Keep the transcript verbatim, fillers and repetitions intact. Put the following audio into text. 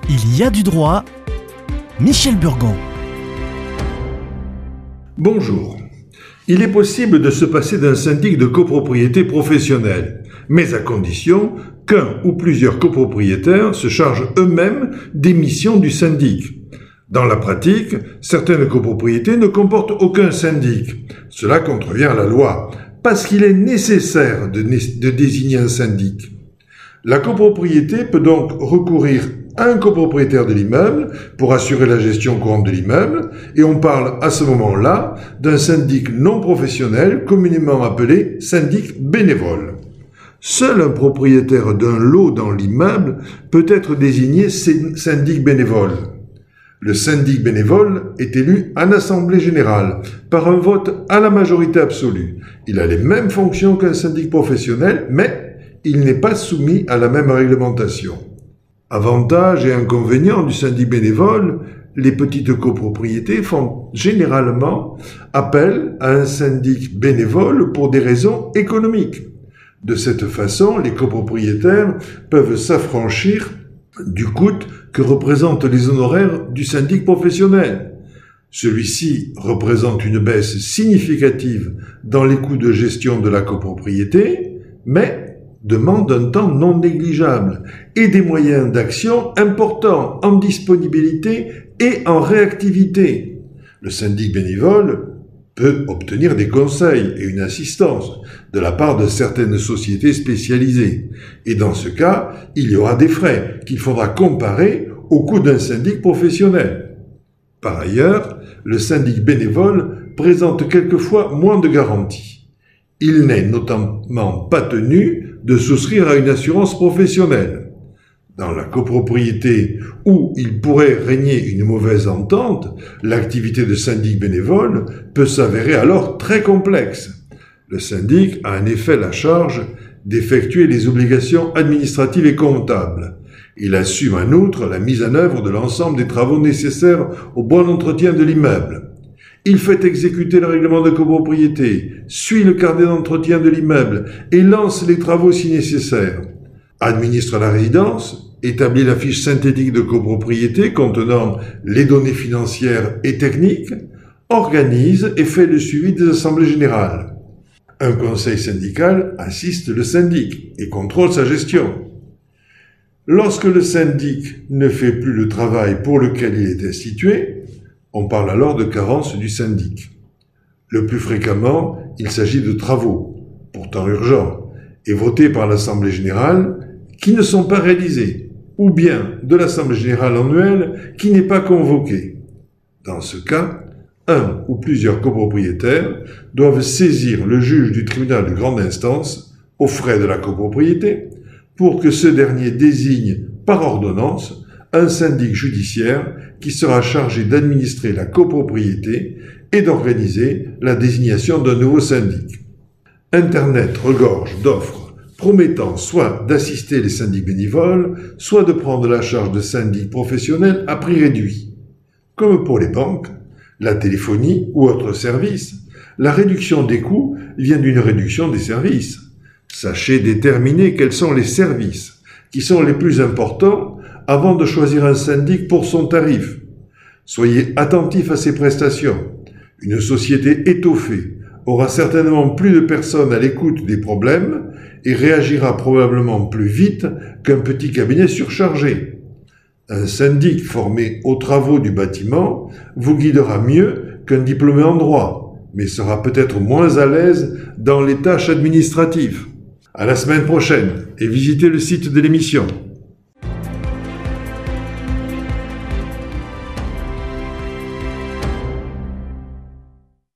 Il y a du droit. Michel Burgon. Bonjour. Il est possible de se passer d'un syndic de copropriété professionnelle, mais à condition qu'un ou plusieurs copropriétaires se chargent eux-mêmes des missions du syndic. Dans la pratique, certaines copropriétés ne comportent aucun syndic. Cela contrevient à la loi, parce qu'il est nécessaire de, de désigner un syndic. La copropriété peut donc recourir à un copropriétaire de l'immeuble pour assurer la gestion courante de l'immeuble, et on parle à ce moment-là d'un syndic non professionnel, communément appelé syndic bénévole. Seul un propriétaire d'un lot dans l'immeuble peut être désigné syndic bénévole. Le syndic bénévole est élu en assemblée générale, par un vote à la majorité absolue. Il a les mêmes fonctions qu'un syndic professionnel, mais il n'est pas soumis à la même réglementation. Avantages et inconvénients du syndic bénévole, les petites copropriétés font généralement appel à un syndic bénévole pour des raisons économiques. De cette façon, les copropriétaires peuvent s'affranchir du coût que représentent les honoraires du syndic professionnel. Celui-ci représente une baisse significative dans les coûts de gestion de la copropriété, mais demande un temps non négligeable et des moyens d'action importants en disponibilité et en réactivité. Le syndic bénévole peut obtenir des conseils et une assistance de la part de certaines sociétés spécialisées. Et dans ce cas, il y aura des frais qu'il faudra comparer au coût d'un syndic professionnel. Par ailleurs, le syndic bénévole présente quelquefois moins de garanties. Il n'est notamment pas tenu de souscrire à une assurance professionnelle. Dans la copropriété où il pourrait régner une mauvaise entente, l'activité de syndic bénévole peut s'avérer alors très complexe. Le syndic a en effet la charge d'effectuer les obligations administratives et comptables. Il assume en outre la mise en œuvre de l'ensemble des travaux nécessaires au bon entretien de l'immeuble. Il fait exécuter le règlement de copropriété, suit le carnet d'entretien de l'immeuble et lance les travaux si nécessaire. Administre la résidence, établit la fiche synthétique de copropriété contenant les données financières et techniques, organise et fait le suivi des assemblées générales. Un conseil syndical assiste le syndic et contrôle sa gestion. Lorsque le syndic ne fait plus le travail pour lequel il est institué, on parle alors de carence du syndic. Le plus fréquemment, il s'agit de travaux, pourtant urgents, et votés par l'Assemblée générale, qui ne sont pas réalisés, ou bien de l'Assemblée générale annuelle qui n'est pas convoquée. Dans ce cas, un ou plusieurs copropriétaires doivent saisir le juge du tribunal de grande instance, aux frais de la copropriété, pour que ce dernier désigne par ordonnance un syndic judiciaire qui sera chargé d'administrer la copropriété et d'organiser la désignation d'un nouveau syndic. Internet regorge d'offres promettant soit d'assister les syndics bénévoles, soit de prendre la charge de syndics professionnels à prix réduit. Comme pour les banques, la téléphonie ou autres services, la réduction des coûts vient d'une réduction des services. Sachez déterminer quels sont les services qui sont les plus importants avant de choisir un syndic pour son tarif. Soyez attentifs à ses prestations. Une société étoffée aura certainement plus de personnes à l'écoute des problèmes et réagira probablement plus vite qu'un petit cabinet surchargé. Un syndic formé aux travaux du bâtiment vous guidera mieux qu'un diplômé en droit, mais sera peut-être moins à l'aise dans les tâches administratives. À la semaine prochaine et visitez le site de l'émission.